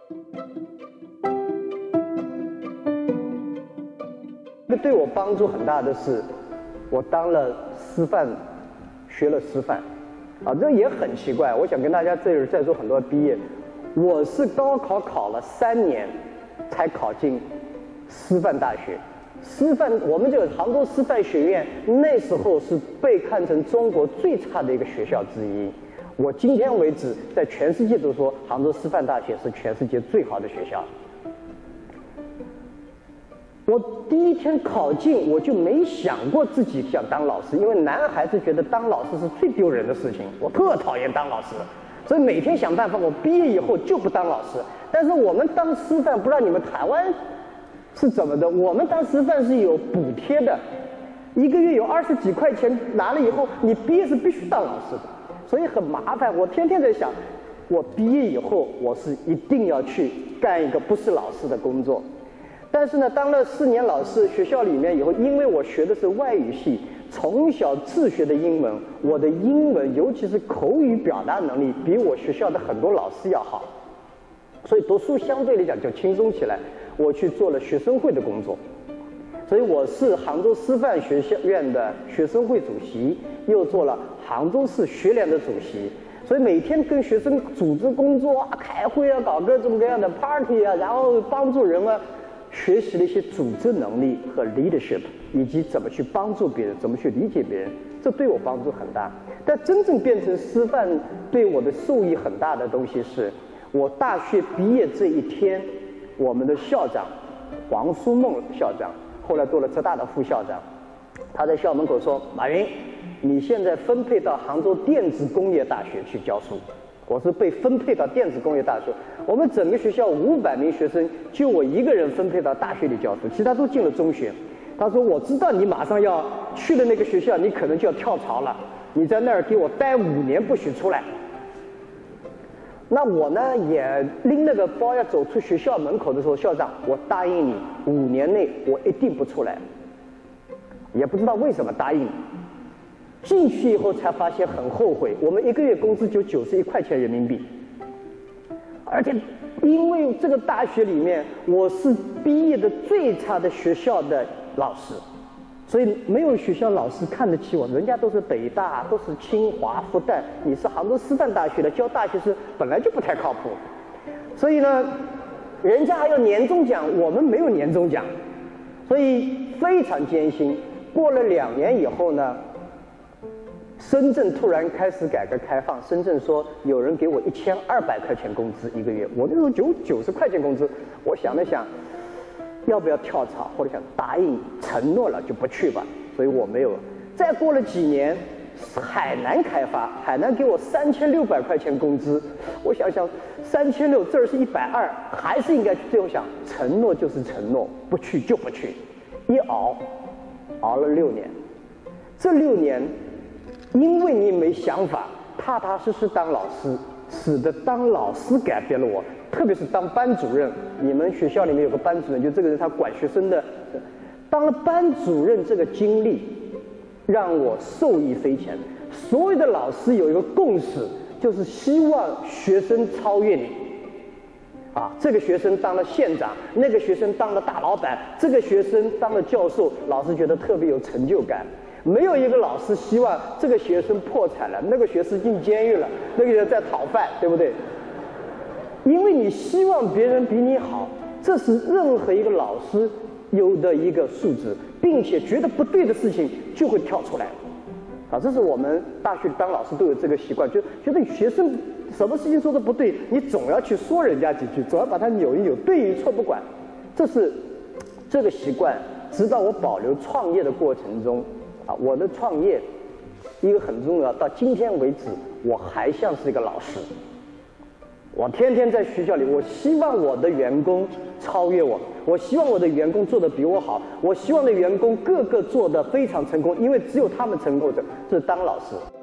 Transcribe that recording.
对我帮助很大的是，我当了师范，学了师范，这也很奇怪。我想跟大家在座很多毕业，我是高考考了3年，才考进师范大学。我们这个杭州师范学院那时候是被看成中国最差的一个学校之一。我今天为止，在全世界都说杭州师范大学是全世界最好的学校。我第一天考进，我就没想过自己想当老师，因为男孩子觉得当老师是最丢人的事情，我特讨厌当老师，所以每天想办法，我毕业以后就不当老师。但是我们当师范，不知道你们台湾是怎么的，我们当师范是有补贴的，1个月有20几块钱拿了以后，你毕业是必须当老师的，所以很麻烦。我天天在想，我毕业以后我是一定要去干一个不是老师的工作。但是呢，当了4年老师，学校里面以后，因为我学的是外语系，从小自学的英文，我的英文尤其是口语表达能力，比我学校的很多老师要好，所以读书相对来讲就轻松起来。我去做了学生会的工作，所以我是杭州师范学院的学生会主席，又做了杭州市学联的主席。所以每天跟学生组织工作啊，开会啊，搞各种各样的 party 啊，然后帮助人啊。学习了一些组织能力和 leadership， 以及怎么去帮助别人，怎么去理解别人，这对我帮助很大。但真正变成师范对我的受益很大的东西是，我大学毕业这一天，我们的校长黄书梦校长，后来做了浙大的副校长，他在校门口说：“马云，你现在分配到杭州电子工业大学去教书。”我是被分配到电子工业大学，我们整个学校500名学生，就我一个人分配到大学里教书，其他都进了中学。他说：“我知道你马上要去了那个学校，你可能就要跳槽了，你在那儿给我待5年，不许出来。”那我呢也拎那个包要走出学校门口的时候，校长，我答应你5年内我一定不出来。也不知道为什么答应你。进去以后才发现很后悔，我们1个月工资就91块钱人民币，而且因为这个大学里面我是毕业的最差的学校的老师，所以没有学校老师看得起我，人家都是北大，都是清华、复旦，你是杭州师范大学的，教大学生本来就不太靠谱，所以呢，人家还有年终奖，我们没有年终奖，所以非常艰辛。过了2年以后呢，深圳突然开始改革开放，深圳说有人给我1200块钱工资1个月，我那时候90块钱工资，我想了想，要不要跳槽？后来想答应承诺了就不去吧，所以我没有。再过了几年，海南开发，海南给我3600块钱工资，我想想3600这儿是120，还是应该去。最后想承诺就是承诺，不去就不去，一熬了6年，这6年。因为你没想法，踏踏实实当老师，使得当老师改变了我。特别是当班主任，你们学校里面有个班主任，就这个人他管学生的，当了班主任这个经历，让我受益匪浅。所有的老师有一个共识，就是希望学生超越你。这个学生当了县长，那个学生当了大老板，这个学生当了教授，老师觉得特别有成就感。没有一个老师希望这个学生破产了，那个学生进监狱了，那个人在讨饭，对不对？因为你希望别人比你好，这是任何一个老师有的一个素质，并且觉得不对的事情就会跳出来。这是我们大学当老师都有这个习惯，就觉得学生什么事情做的不对，你总要去说人家几句，总要把他扭一扭，对与错不管。这是这个习惯，直到我保留创业的过程中。我的创业一个很重要，到今天为止我还像是一个老师，我天天在学校里，我希望我的员工超越我，我希望我的员工做得比我好，我希望的员工个个做得非常成功，因为只有他们成功者，这是当老师。